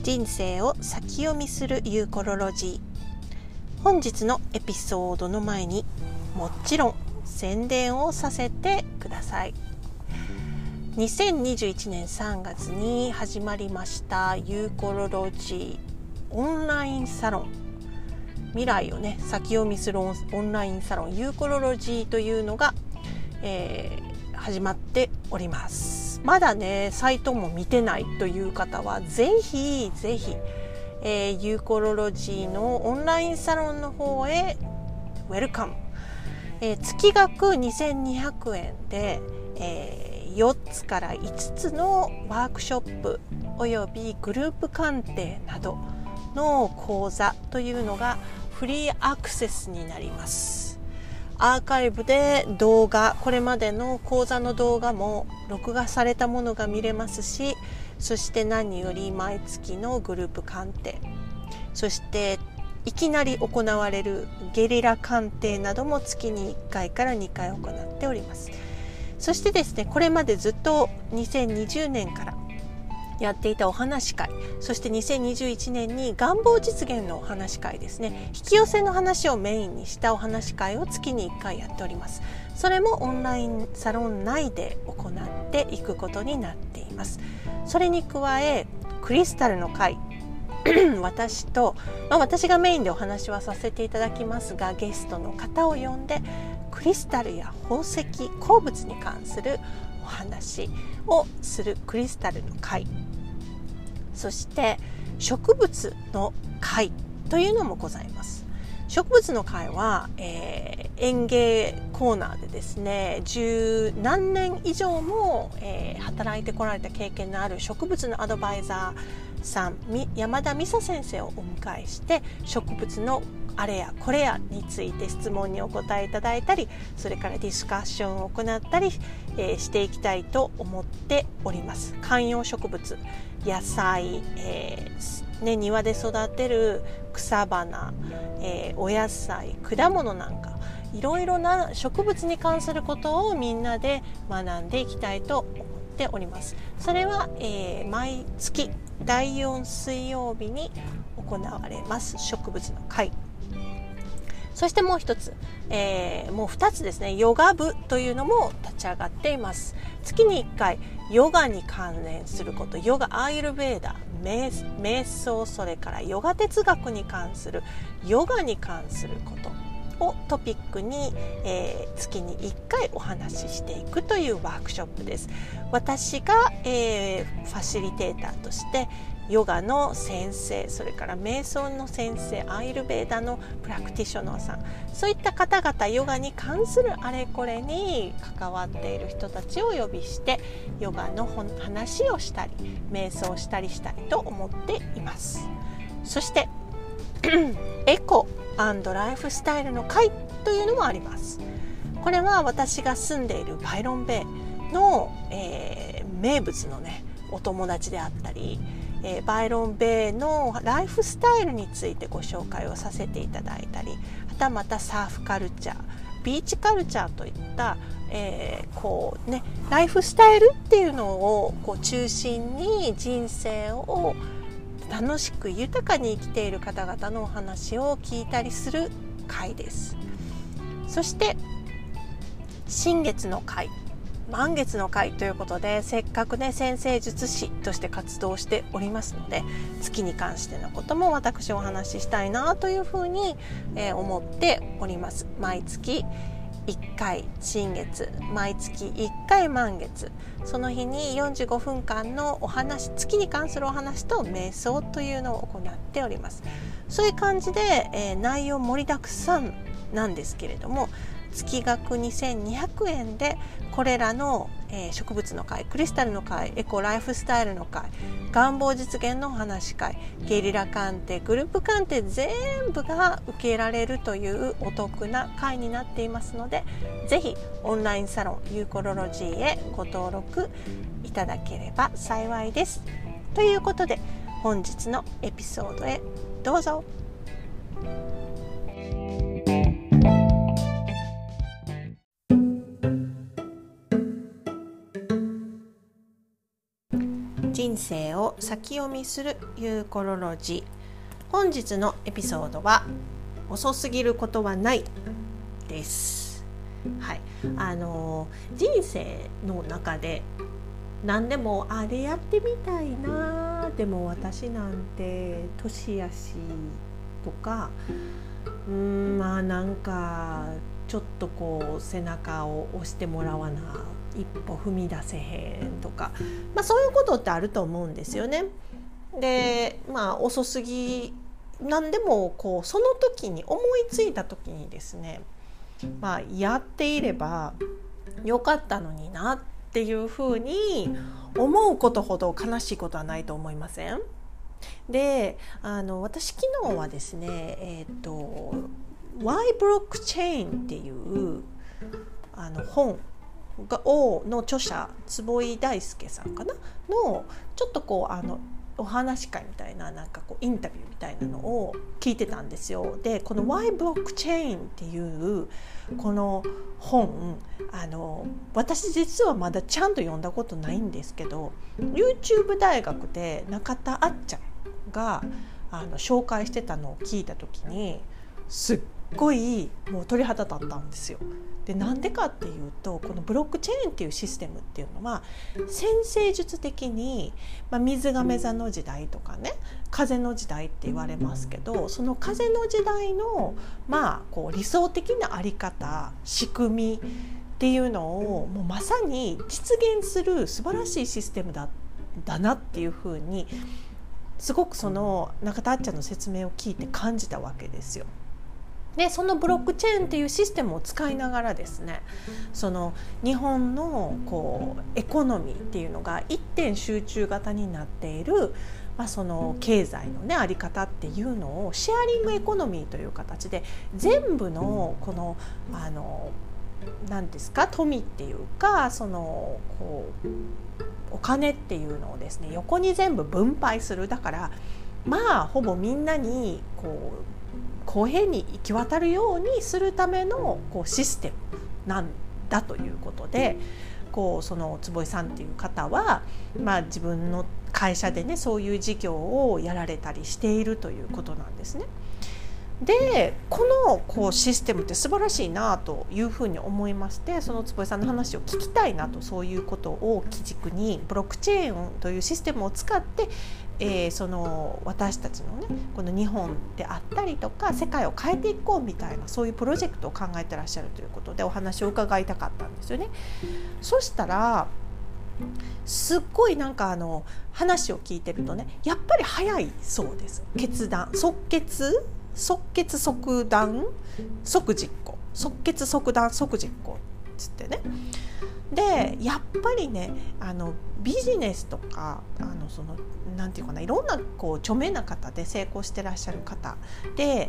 人生を先読みするユーコロロジー。本日のエピソードの前にもちろん宣伝をさせてください。2021年3月に始まりましたユーコロロジーオンラインサロン、未来をね先読みするオンラインサロンユーコロロジーというのが、始まっております。まだねサイトも見てないという方はぜひぜひ、ユーコロロジーのオンラインサロンの方へウェルカム。月額2200円で、4つから5つのワークショップおよびグループ鑑定などの講座というのがフリーアクセスになります。アーカイブで動画、これまでの講座の動画も録画されたものが見れますし、そして何より毎月のグループ鑑定、そしていきなり行われるゲリラ鑑定なども月に1回から2回行っております。そしてですね、これまでずっと2020年からやっていたお話会、そして2021年に願望実現のお話会ですね、引き寄せの話をメインにしたお話会を月に1回やっております。それもオンラインサロン内で行っていくことになっています。それに加えクリスタルの会私と、私がメインでお話はさせていただきますが、ゲストの方を呼んでクリスタルや宝石、鉱物に関するお話をするクリスタルの会、そして植物の会というのもございます。植物の会は、園芸コーナーでですね、十何年以上も、働いてこられた経験のある植物のアドバイザーさん、山田美沙先生をお迎えして植物のあれやこれやについて質問にお答えいただいたり、それからディスカッションを行ったり、していきたいと思っております。観葉植物、野菜、庭で育てる草花、お野菜、果物なんかいろいろな植物に関することをみんなで学んでいきたいと思っております。それは、毎月第4水曜日に行われます植物の会。そしてもう一つ、もう2つですね、ヨガ部というのも立ち上がっています。月に1回ヨガに関連すること、ヨガ、アーユルヴェーダ、瞑想、それからヨガ哲学に関するヨガに関することをトピックに、月に1回お話ししていくというワークショップです。私が、ファシリテーターとしてヨガの先生、それから瞑想の先生、アーユルヴェーダのプラクティショナーさん、そういった方々、ヨガに関するあれこれに関わっている人たちをお呼びしてヨガの話をしたり瞑想したりしたいと思っています。そしてエコ&ライフスタイルの会というのもあります。これは私が住んでいるバイロンベイの、名物のねお友達であったり、バイロンベイのライフスタイルについてご紹介をさせていただいたり、はたまたサーフカルチャー、ビーチカルチャーといった、ライフスタイルっていうのを中心に人生を楽しく豊かに生きている方々のお話を聞いたりする会です。そして新月の会、満月の会ということで、せっかくね占星術師として活動しておりますので、月に関してのことも私お話ししたいなというふうに、思っております。毎月1回新月、毎月1回満月、その日に45分間のお話、月に関するお話と瞑想というのを行っております。そういう感じで、内容盛りだくさんなんですけれども、月額2200円でこれらの、植物の会、クリスタルの会、エコライフスタイルの会、願望実現のお話会、ゲリラ鑑定、グループ鑑定、全部が受けられるというお得な会になっていますので、ぜひオンラインサロンユーコロロジーへご登録いただければ幸いです。ということで本日のエピソードへどうぞ。 人生を先読みするユーコロロジー。本日のエピソードは遅すぎることはないです。はい、人生の中で何でもあれやってみたいな、でも私なんて年やしとか、まあなんかちょっとこう背中を押してもらわな、一歩踏み出せへんとか、そういうことってあると思うんですよね。で遅すぎなんでもこうその時に思いついた時にですね、やっていればよかったのになっていうふうに思うことほど悲しいことはないと思いません？で私昨日はですねWhy Blockchain っていう本の著者坪井大輔さんかなのちょっとこうお話会みたいな、なんかこうインタビューみたいなのを聞いてたんですよ。でこの Why Blockchain っていうこの本私実はまだちゃんと読んだことないんですけど、 YouTube 大学で中田あっちゃんが紹介してたのを聞いた時にすっごいもう鳥肌立ったんですよ。でなんでかっていうと、このブロックチェーンっていうシステムっていうのは占星術的に、水亀座の時代とかね、風の時代って言われますけど、その風の時代のこう理想的なあり方、仕組みっていうのをもうまさに実現する素晴らしいシステムだなっていうふうにすごくその中田あっちゃんの説明を聞いて感じたわけですよ。でそのブロックチェーンっていうシステムを使いながらですね、その日本のこうエコノミーっていうのが一点集中型になっている、その経済のねあり方っていうのをシェアリングエコノミーという形で全部のこの何ですか、富っていうかそのこうお金っていうのをですね横に全部分配する。だからほぼみんなにこう公平に行き渡るようにするためのこうシステムなんだということで、その坪井さんっていう方は、自分の会社でねそういう事業をやられたりしているということなんですね。でこのシステムって素晴らしいなというふうに思いまして、その坪井さんの話を聞きたいなと、そういうことを基軸にブロックチェーンというシステムを使ってその私たちのねこの日本であったりとか世界を変えていこうみたいな、そういうプロジェクトを考えてらっしゃるということでお話を伺いたかったんですよね。そしたらすっごいなんか話を聞いてるとね、やっぱり早いそうです。決断、即決即断即実行、即決即断即実行つってね。でやっぱりねビジネスとかそのなんていうかな、いろんなこう著名な方で成功してらっしゃる方で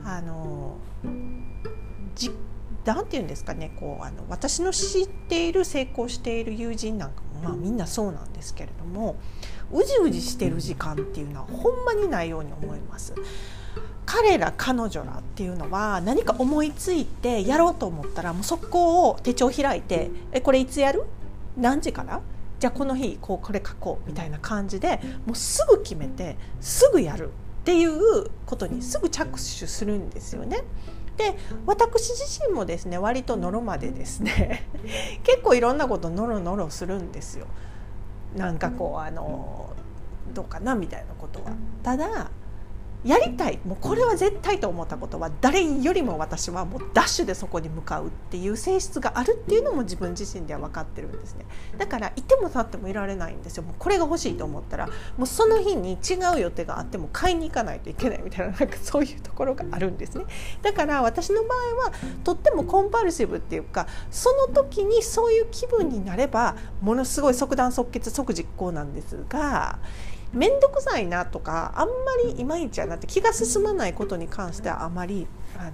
なんていうんですかね、私の知っている成功している友人なんかもみんなそうなんですけれども、うじうじしてる時間っていうのはほんまにないように思います。彼ら彼女らっていうのは何か思いついてやろうと思ったらもうそこを手帳開いて、これいつやる？何時から？じゃあこの日これ書こうみたいな感じでもうすぐ決めてすぐやるっていうことにすぐ着手するんですよね。で私自身もですね割とノロまでですね結構いろんなことノロノロするんですよ。なんかどうかなみたいなことは。ただやりたい、もうこれは絶対と思ったことは誰よりも私はもうダッシュでそこに向かうっていう性質があるっていうのも自分自身では分かってるんですね。だからいても立ってもいられないんですよ。もうこれが欲しいと思ったらもうその日に違う予定があっても買いに行かないといけないみたいな、なんかそういうところがあるんですね。だから私の場合はとってもコンパルシブっていうか、その時にそういう気分になればものすごい即断即決即実行なんですが、めんどくさいなとかあんまりいまいちやなって気が進まないことに関してはあまり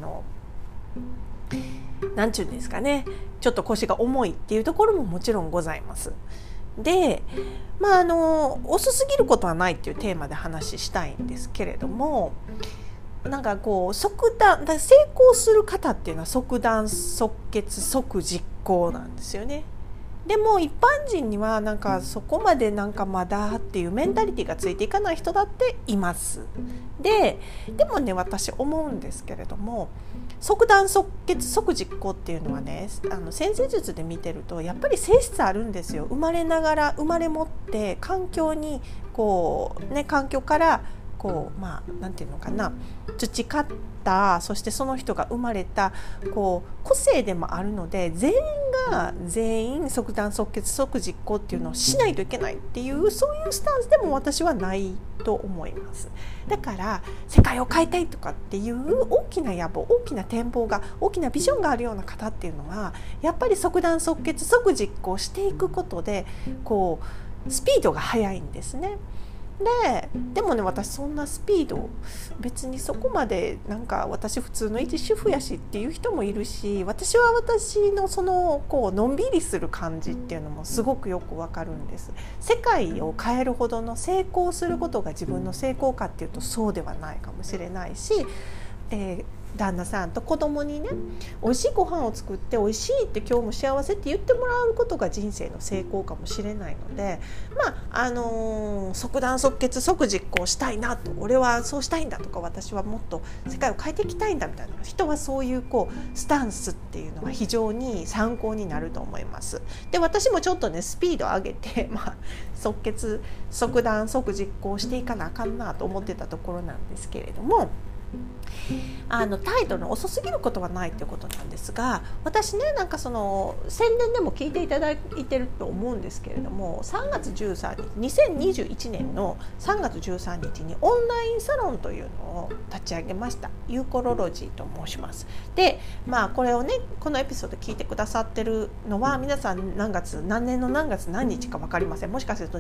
なんていうんですかね、ちょっと腰が重いっていうところももちろんございます。で遅すぎることはないっていうテーマで話したいんですけれども、なんか即断成功する方っていうのは即断即決即実行なんですよね。 でも一般人にはなんかそこまでなんかまだっていうメンタリティがついていかない人だっています。でもね、私思うんですけれども、即断即決即実行っていうのはね、先生術で見てるとやっぱり性質あるんですよ。生まれ持って環境にこうね、環境からこうなんていうのかな、培った、そしてその人が生まれたこう個性でもあるので、全員即断即決即実行っていうのをしないといけないっていう、そういうスタンスでも私はないと思います。だから世界を変えたいとかっていう大きな野望、大きな展望が、大きなビジョンがあるような方っていうのはやっぱり即断即決即実行していくことでこうスピードが速いんですね。でもね、私そんなスピード別にそこまで、なんか私普通の一主婦やしっていう人もいるし、私は私のそのこうのんびりする感じっていうのもすごくよくわかるんです。世界を変えるほどの成功することが自分の成功かっていうとそうではないかもしれないし、旦那さんと子供にね、美味しいご飯を作って美味しいって今日も幸せって言ってもらうことが人生の成功かもしれないので、即断即決即実行したいなと、俺はそうしたいんだとか、私はもっと世界を変えていきたいんだみたいな人は、そういうスタンスっていうのは非常に参考になると思います。で、私もちょっとねスピード上げて、即断即実行していかなあかんなと思ってたところなんですけれども、タイトルの遅すぎることはないということなんですが、私ね、なんかその宣伝でも聞いていただいてると思うんですけれども、3月13日2021年の3月13日にオンラインサロンというのを立ち上げました。ユーコロロジーと申します。で、これをね、このエピソード聞いてくださってるのは皆さん何年の何月何日か分かりません。もしかすると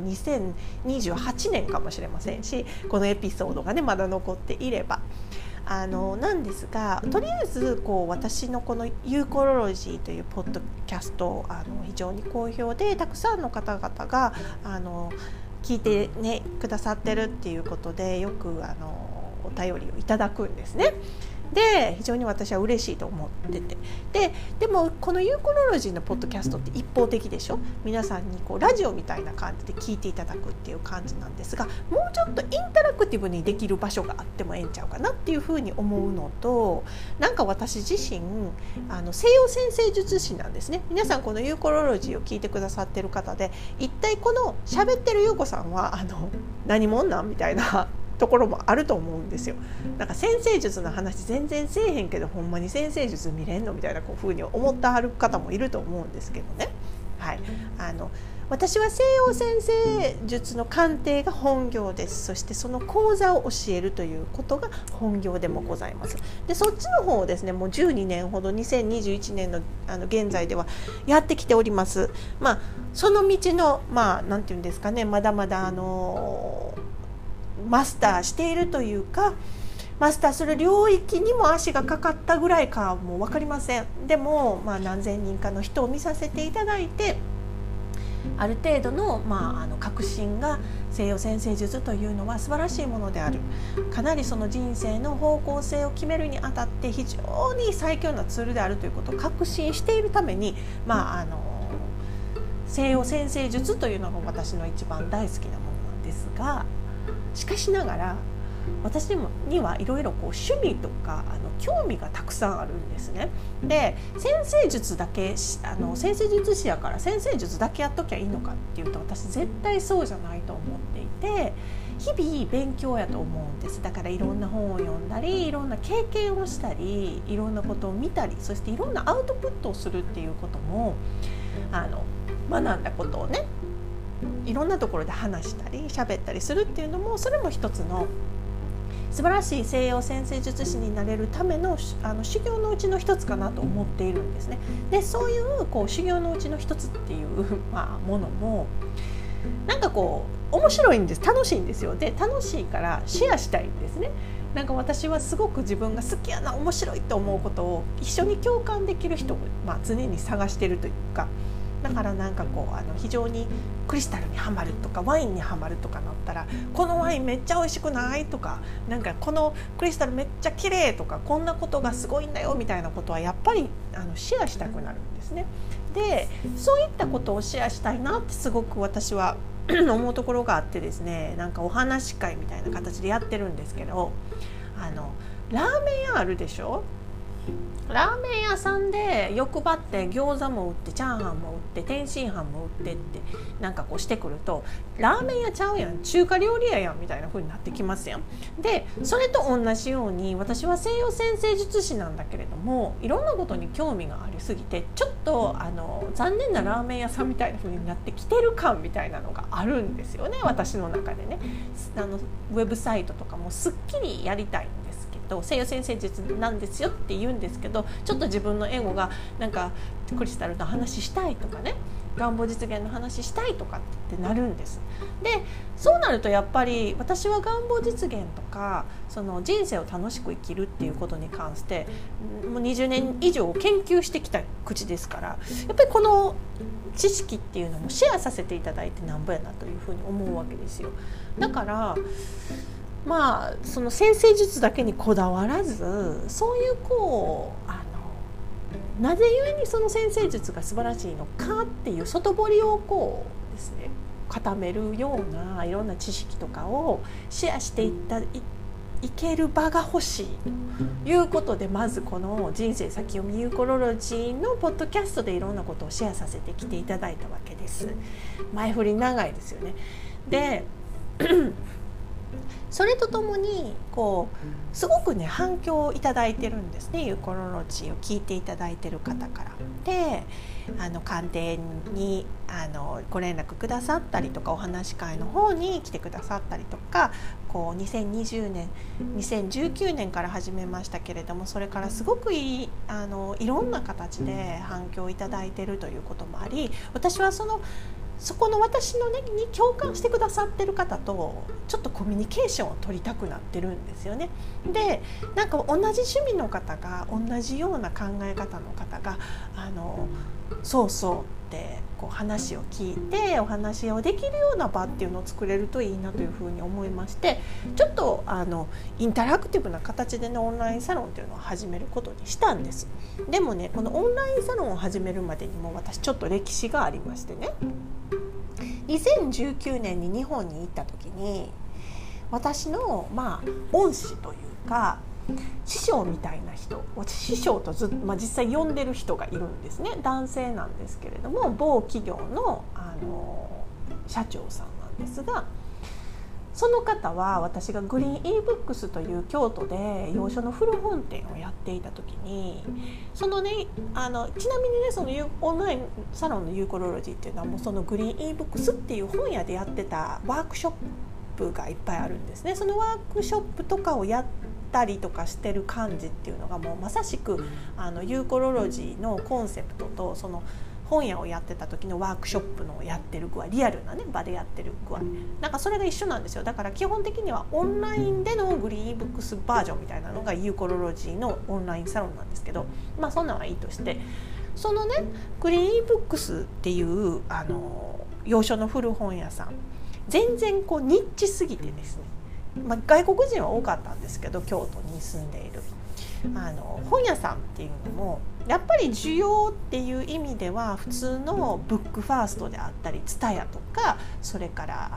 2028年かもしれませんし、このエピソードがねまだ残っていればなんですが、とりあえず私のこのユーコロロジーというポッドキャスト非常に好評で、たくさんの方々が聞いてねくださってるっていうことで、よくお便りをいただくんですね。で、非常に私は嬉しいと思ってて、でもこのユーコロロジーのポッドキャストって一方的でしょ。皆さんにラジオみたいな感じで聞いていただくっていう感じなんですが、もうちょっとインタラクティブにできる場所があってもええんちゃうかなっていうふうに思うのと、なんか私自身西洋占星術師なんですね。皆さんこのユーコロロジーを聞いてくださってる方で、一体この喋ってる優子さんは何者なんみたいなところもあると思うんですよ。なんか占星術の話全然せえへんけど、ほんまに占星術見れんのみたいな風に思ってはる方もいると思うんですけどね。はい、私は西洋占星術の鑑定が本業です。そしてその講座を教えるということが本業でもございます。で、そっちの方をですね、もう12年ほど2021年の現在ではやってきております。その道のなんていうんですかね、まだまだマスターしているというか、マスターする領域にも足がかかったぐらいかもう分かりません。でも、何千人かの人を見させていただいて、ある程度の、確信が、西洋占星術というのは素晴らしいものである、かなりその人生の方向性を決めるにあたって非常に最強なツールであるということを確信しているために、西洋占星術というのが私の一番大好きなものなんですが、しかしながら私にはいろいろ趣味とか興味がたくさんあるんですね。で、占星術だけ占星術師やから占星術だけやっときゃいいのかっていうと、私絶対そうじゃないと思っていて、日々勉強やと思うんです。だからいろんな本を読んだり、いろんな経験をしたり、いろんなことを見たり、そしていろんなアウトプットをするっていうことも学んだことをね、いろんなところで話したり喋ったりするっていうのも、それも一つの素晴らしい西洋占星術師になれるための修行のうちの一つかなと思っているんですね。で、そういう修行のうちの一つっていうものもなんか面白いんです。楽しいんですよ。で、楽しいからシェアしたいんですね。なんか私はすごく自分が好きやな、面白いと思うことを一緒に共感できる人を、常に探しているというか、 だからなんかこう非常にクリスタルにはまるとかワインにはまるとかなったら、このワインめっちゃ美味しくないとか、なんかこのクリスタルめっちゃ綺麗とか、こんなことがすごいんだよみたいなことはやっぱりシェアしたくなるんですね。でそういったことをシェアしたいなってすごく私は思うところがあってですね、なんかお話し会みたいな形でやってるんですけど、ラーメン屋あるでしょ。ラーメン屋さんで欲張って餃子も売ってチャーハンも売って天津飯も売ってってなんかこうしてくると、ラーメン屋ちゃうやん、中華料理屋やんみたいな風になってきますやん。でそれと同じように、私は西洋占星術師なんだけれども、いろんなことに興味がありすぎて、ちょっと残念なラーメン屋さんみたいな風になってきてる感みたいなのがあるんですよね、私の中でね。ウェブサイトとかもすっきりやりたいんですけど、西洋占星術なんですよって言うんですけど、ちょっと自分のエゴがなんかクリスタルの話したいとかね、願望実現の話したいとかってなるんです。でそうなるとやっぱり私は願望実現とかその人生を楽しく生きるっていうことに関してもう20年以上研究してきた口ですから、やっぱりこの知識っていうのもシェアさせていただいてなんぼやなというふうに思うわけですよ。だからまあその占星術だけにこだわらず、そういうこうなぜゆえにその占星術が素晴らしいのかっていう外堀をこうですね固めるようないろんな知識とかをシェアしていける場が欲しいということで、まずこの人生先読みユーコロロジーのポッドキャストでいろんなことをシェアさせてきていただいたわけです。前振り長いですよね。でそれとともにこうすごくね反響をいただいてるんですね、ユーコロロジーを聞いていただいてる方から。で鑑定にご連絡くださったりとか、お話し会の方に来てくださったりとか、こう2020年2019年から始めましたけれども、それからすごくいろんな形で反響をいただいてるということもあり、私はそこの私のねに共感してくださってる方とちょっとコミュニケーションを取りたくなってるんですよね。でなんか同じ趣味の方が同じような考え方の方がそうそうってこう話を聞いてお話をできるような場っていうのを作れるといいなというふうに思いまして、ちょっとインタラクティブな形でのオンラインサロンっていうのを始めることにしたんです。でもねこのオンラインサロンを始めるまでにも私ちょっと歴史がありましてね、2019年に日本に行った時に私の恩師というか師匠みたいな人、師匠と実際呼んでる人がいるんですね。男性なんですけれども某企業の、社長さんなんですが、その方は私がグリーン e-books という京都で洋書の古本店をやっていた時に、そのねちなみにねそのオンラインサロンのユーコロロジーっていうのはもうそのグリーン e-books っていう本屋でやってたワークショップがいっぱいあるんですね。そのワークショップとかをやったりとかしてる感じっていうのがもうまさしくユーコロロジーのコンセプトとその本屋をやってた時のワークショップのやってる具合、リアルなね場でやってる具合、なんかそれが一緒なんですよ。だから基本的にはオンラインでのグリーンブックスバージョンみたいなのがユーコロロジーのオンラインサロンなんですけど、そんなのはいいとして、そのねグリーンブックスっていう洋書の古本屋さん、全然こうニッチすぎてですね、外国人は多かったんですけど京都に住んでいる本屋さんっていうのもやっぱり需要っていう意味では普通のブックファーストであったりTSUTAYAとか、それから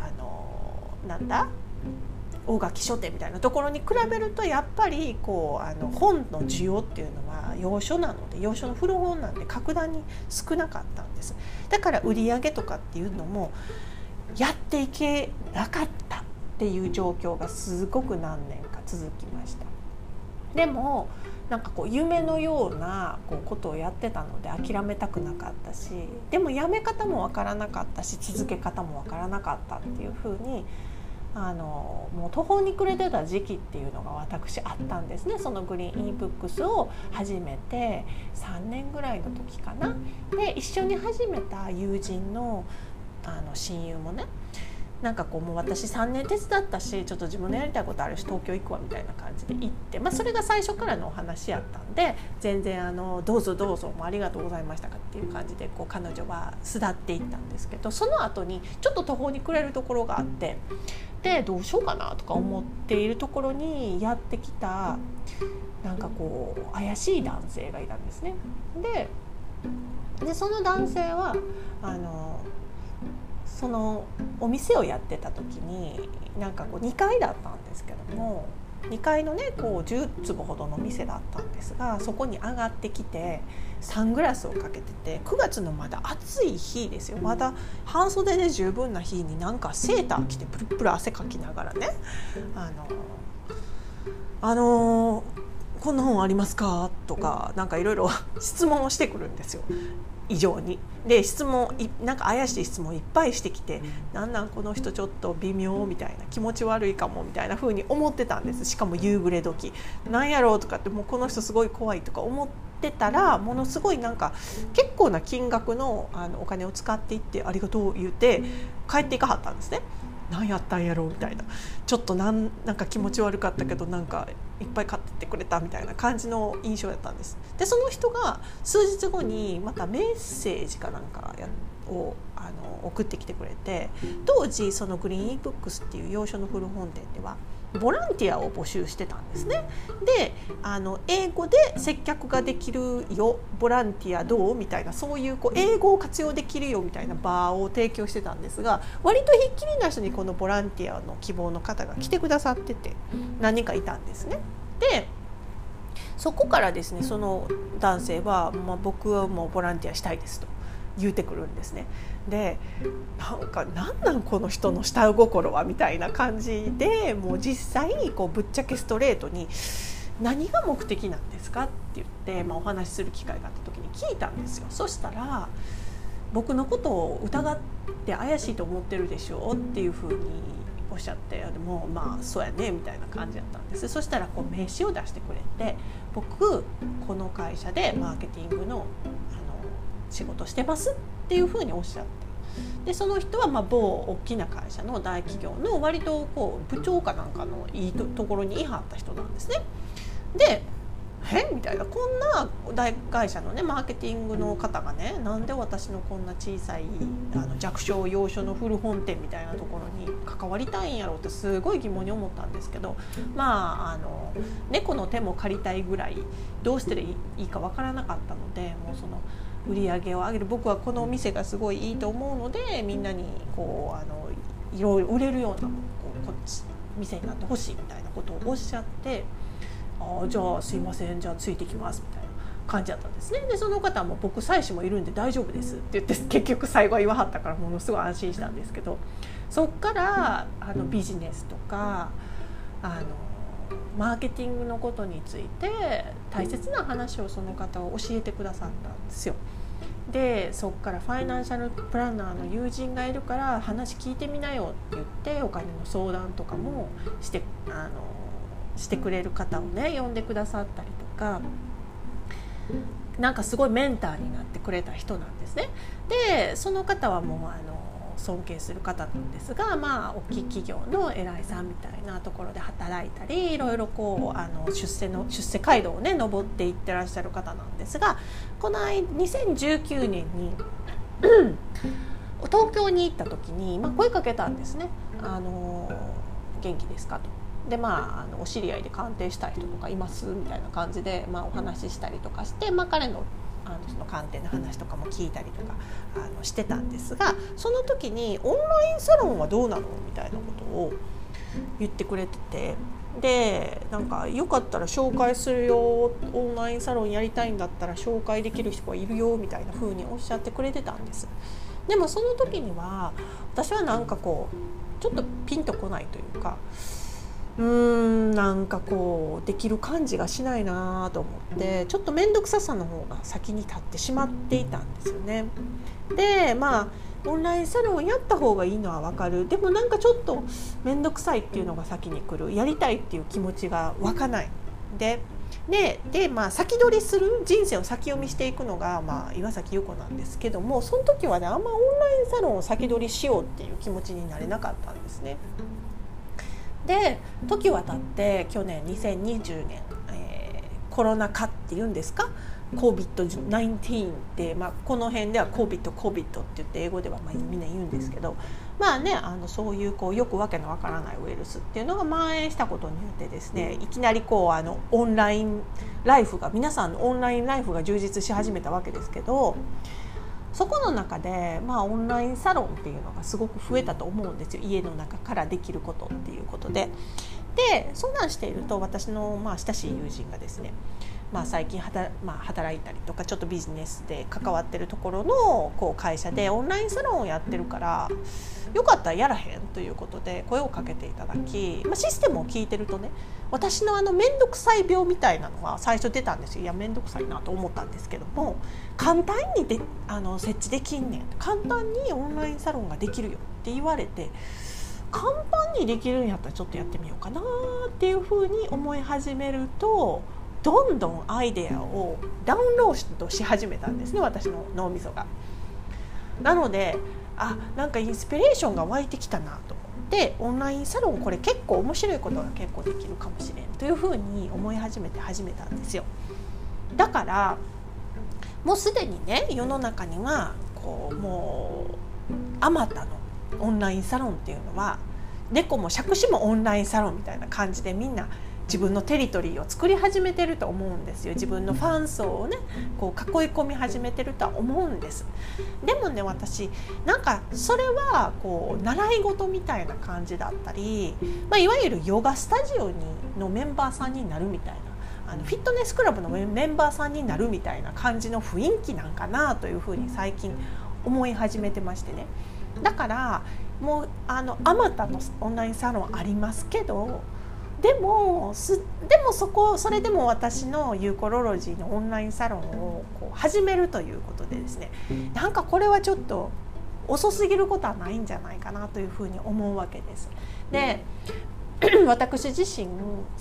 大垣書店みたいなところに比べるとやっぱりこう本の需要っていうのは洋書なので、洋書の古本なんで格段に少なかったんです。だから売り上げとかっていうのもやっていけなかったっていう状況がすごく何年か続きました。でもなんかこう夢のようなことをやってたので諦めたくなかったし、でもやめ方もわからなかったし続け方もわからなかったっていうふうにもう途方に暮れてた時期っていうのが私あったんですね。そのグリーン e-books を始めて3年ぐらいの時かな。で一緒に始めた友人の親友もねなんかこうもう私3年手伝ったしちょっと自分のやりたいことあるし東京行くわみたいな感じで行って、それが最初からのお話やったんで全然どうぞどうぞもうありがとうございましたかっていう感じでこう彼女は巣立っていったんですけど、その後にちょっと途方に暮れるところがあって、でどうしようかなとか思っているところにやってきたなんかこう怪しい男性がいたんですね。でその男性はそのお店をやってた時になんかこう2階だったんですけども、2階のねこう10坪ほどの店だったんですが、そこに上がってきてサングラスをかけてて、9月のまだ暑い日ですよ、まだ半袖で十分な日になんかセーター着てプルプル汗かきながらねこんな本ありますかとかなんかいろいろ質問をしてくるんですよ、異常に。で質問なんか怪しい質問いっぱいしてきて、なんこの人ちょっと微妙みたいな、気持ち悪いかもみたいな風に思ってたんです。しかも夕暮れ時なんやろうとかって、もうこの人すごい怖いとか思ってたら、ものすごいなんか結構な金額のお金を使っていってありがとう言って帰っていかはったんですね。何やったんやろうみたいな、ちょっとなんか気持ち悪かったけどなんかいっぱい買ってってくれたみたいな感じの印象だったんです。でその人が数日後にまたメッセージかなんかを送ってきてくれて、当時そのグリーンイーブックスっていう洋書の古本店ではボランティアを募集してたんですね。で英語で接客ができるよ、ボランティアどうみたいな、そういう英語を活用できるよみたいな場を提供してたんですが、割とひっきりなしにこのボランティアの希望の方が来てくださってて何人かいたんですね。でそこからですね、その男性は、僕はもうボランティアしたいですと言うてくるんですね。でなんこの人の下心はみたいな感じで、もう実際ぶっちゃけストレートに何が目的なんですかって言って、お話しする機会があった時に聞いたんですよ。そしたら僕のことを疑って怪しいと思ってるでしょっていうふうにおっしゃって、もうそうやねみたいな感じだったんです。そしたら名刺を出してくれて、僕この会社でマーケティングの仕事してますっていうふうにおっしゃって、でその人は某大きな会社の大企業の割と部長かなんかのいいところにいはった人なんですね。でみたいな、こんな大会社のねマーケティングの方がね、なんで私のこんな小さい弱小洋書の古本店みたいなところに関わりたいんやろうってすごい疑問に思ったんですけど、猫の手も借りたいぐらいどうしていいかわからなかったので、もうその売り上げを上げる、僕はこのお店がすごいいいと思うのでみんなにいろいろ売れるような店になってほしいみたいなことをおっしゃって、じゃあすいません、じゃあついてきますみたいな感じだったんですね。でその方も僕妻子もいるんで大丈夫ですって言って結局最後は言わはったからものすごい安心したんですけど、そっからビジネスとかマーケティングのことについて大切な話をその方は教えてくださったんですよ。でそっからファイナンシャルプランナーの友人がいるから話聞いてみなよって言ってお金の相談とかもしてくれる方をね呼んでくださったりとか、なんかすごいメンターになってくれた人なんですね。でその方はもう尊敬する方なんですが、大きい企業の偉いさんみたいなところで働いたり、いろいろ出世街道をね登っていってらっしゃる方なんですが、この2019年に東京に行った時に、声かけたんですね。元気ですかと。でお知り合いで鑑定したい人とかいますみたいな感じで、お話ししたりとかして、彼のその鑑定の話とかも聞いたりとかしてたんですが、その時にオンラインサロンはどうなのみたいなことを言ってくれてて、でなんかよかったら紹介するよ、オンラインサロンやりたいんだったら紹介できる人がいるよみたいな風におっしゃってくれてたんです。でもその時には私はなんかちょっとピンとこないというか、なんかできる感じがしないなと思って、ちょっと面倒くささの方が先に立ってしまっていたんですよね。でオンラインサロンやった方がいいのは分かる、でもなんかちょっと面倒くさいっていうのが先に来る、やりたいっていう気持ちが湧かないで、 でまあ、先取りする、人生を先読みしていくのが、まあ、岩崎優子なんですけども、その時はねあんまオンラインサロンを先取りしようっていう気持ちになれなかったんですね。で時は経って去年2020年、コロナ禍っていうんですか、 COVID-19 って、まあ、この辺では COVID って言って英語ではまあみんな言うんですけど、まあね、そういうよくわけのわからないウイルスっていうのが蔓延したことによってですね、いきなりオンラインライフが、皆さんのオンラインライフが充実し始めたわけですけど、そこの中で、まあ、オンラインサロンっていうのがすごく増えたと思うんですよ。家の中からできることっていうことで。でそんなんしていると、私のまあ親しい友人がですね、まあ、最近働いたりとかちょっとビジネスで関わってるところの会社でオンラインサロンをやってるから、よかったらやらへんということで声をかけていただき、まあ、システムを聞いてるとね、私の面倒くさい病みたいなのが最初出たんですよ。いや面倒くさいなと思ったんですけども、簡単に設置できんねん、簡単にオンラインサロンができるよって言われて、簡単にできるんやったらちょっとやってみようかなっていうふうに思い始めると、どんどんアイデアをダウンロードし始めたんですね、私の脳みそが。なのでなんかインスピレーションが湧いてきたなと思って、オンラインサロンこれ結構面白いことが結構できるかもしれんというふうに思い始めたんですよ。だからもうすでにね、世の中にはもうあまたのオンラインサロンっていうのは、猫も杓子もオンラインサロンみたいな感じで、みんな自分のテリトリーを作り始めてると思うんですよ。自分のファン層をね囲い込み始めてるとは思うんです。でもね、私なんかそれは習い事みたいな感じだったり、まあ、いわゆるヨガスタジオのメンバーさんになるみたいな、フィットネスクラブのメンバーさんになるみたいな感じの雰囲気なんかなというふうに最近思い始めてましてね。だからもうあまたのオンラインサロンありますけど、でもそれでも私のユーコロロジーのオンラインサロンを始めるということでですね、なんかこれはちょっと遅すぎることはないんじゃないかなというふうに思うわけです。で私自身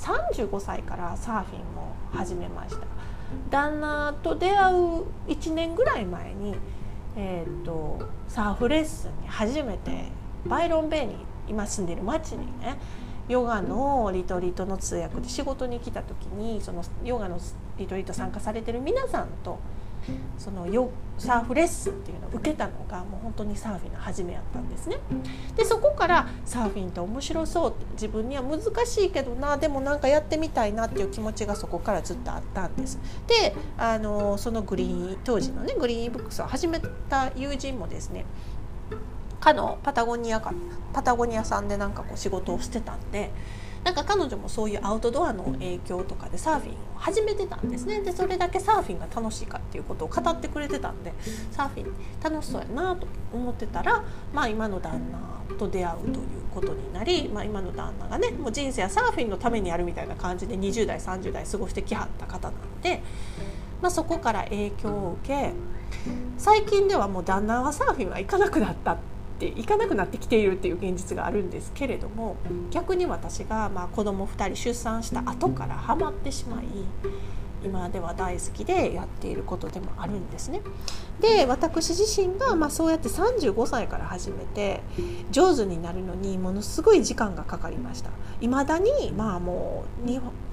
35歳からサーフィンを始めました。旦那と出会う1年ぐらい前に、サーフレッスンに初めてバイロンベイに今住んでる町にね、ヨガのリトリートの通訳で仕事に来た時に、そのヨガのリトリート参加されてる皆さんとそのサーフレッスンっていうのを受けたのがもう本当にサーフィンの初めやったんですね。でそこからサーフィンって面白そうって、自分には難しいけどな、でもなんかやってみたいなっていう気持ちがそこからずっとあったんです。でその当時のねグリーンブックスを始めた友人もですね、パタゴニアさんでなんか仕事をしてたんで、なんか彼女もそういうアウトドアの影響とかでサーフィンを始めてたんですね。でそれだけサーフィンが楽しいかっていうことを語ってくれてたんで、サーフィン楽しそうやなと思ってたら、まあ、今の旦那と出会うということになり、まあ、今の旦那がねもう人生はサーフィンのためにやるみたいな感じで20代30代過ごしてきはった方なので、まあ、そこから影響を受け、最近ではもう旦那はサーフィンは行かなくなってきているっていう現実があるんですけれども、逆に私が子供2人出産した後からハマってしまい、今では大好きでやっていることでもあるんですね。で私自身がそうやって35歳から始めて上手になるのにものすごい時間がかかりました。未だにもう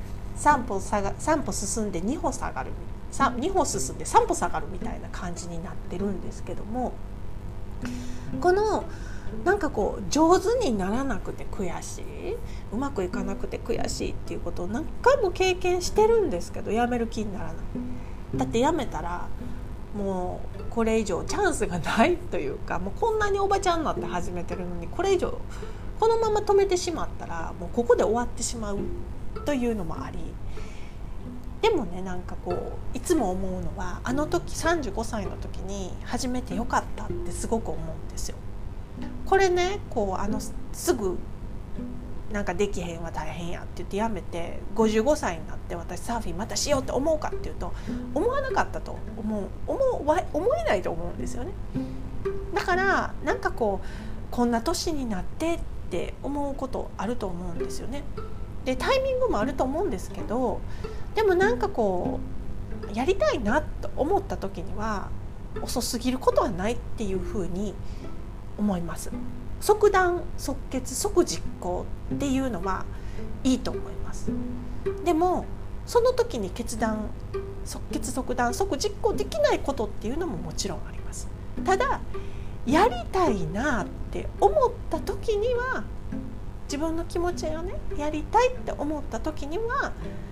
3歩進んで2歩下がる、2歩進んで3歩下がるみたいな感じになってるんですけども、このなんか上手にならなくて悔しい、うまくいかなくて悔しいっていうことを何回も経験してるんですけど、やめる気にならない。だってやめたらもうこれ以上チャンスがないというか、もうこんなにおばちゃんになって始めてるのに、これ以上このまま止めてしまったらもうここで終わってしまうというのもあり、でもね、なんかいつも思うのは、あの時35歳の時に始めてよかったってすごく思うんですよ。これねすぐなんかできへんは大変やって言ってやめて、55歳になって私サーフィンまたしようって思うかっていうと、思わなかったと思えないと思うんですよね。だからなんかこんな年になってって思うことあると思うんですよね。でタイミングもあると思うんですけど、 でもなんかこうやりたいなと思った時には遅すぎることはないっていうふうに思います。即断即決即実行っていうのはいいと思います。でもその時に決断即決即断即実行できないことっていうのももちろんあります。ただやりたいなって思った時には、自分の気持ちがねやりたいって思った時には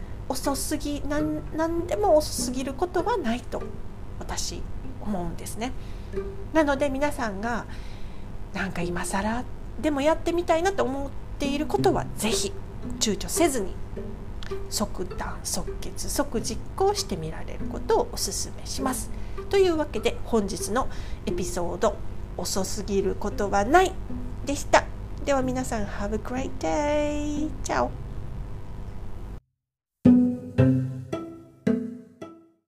何でも遅すぎることはないと私思うんですね。なので皆さんがなんか今更でもやってみたいなと思っていることはぜひ躊躇せずに即断即決即実行してみられることをお勧めします。というわけで本日のエピソード、遅すぎることはないでした。では皆さん Have a great day! チャオ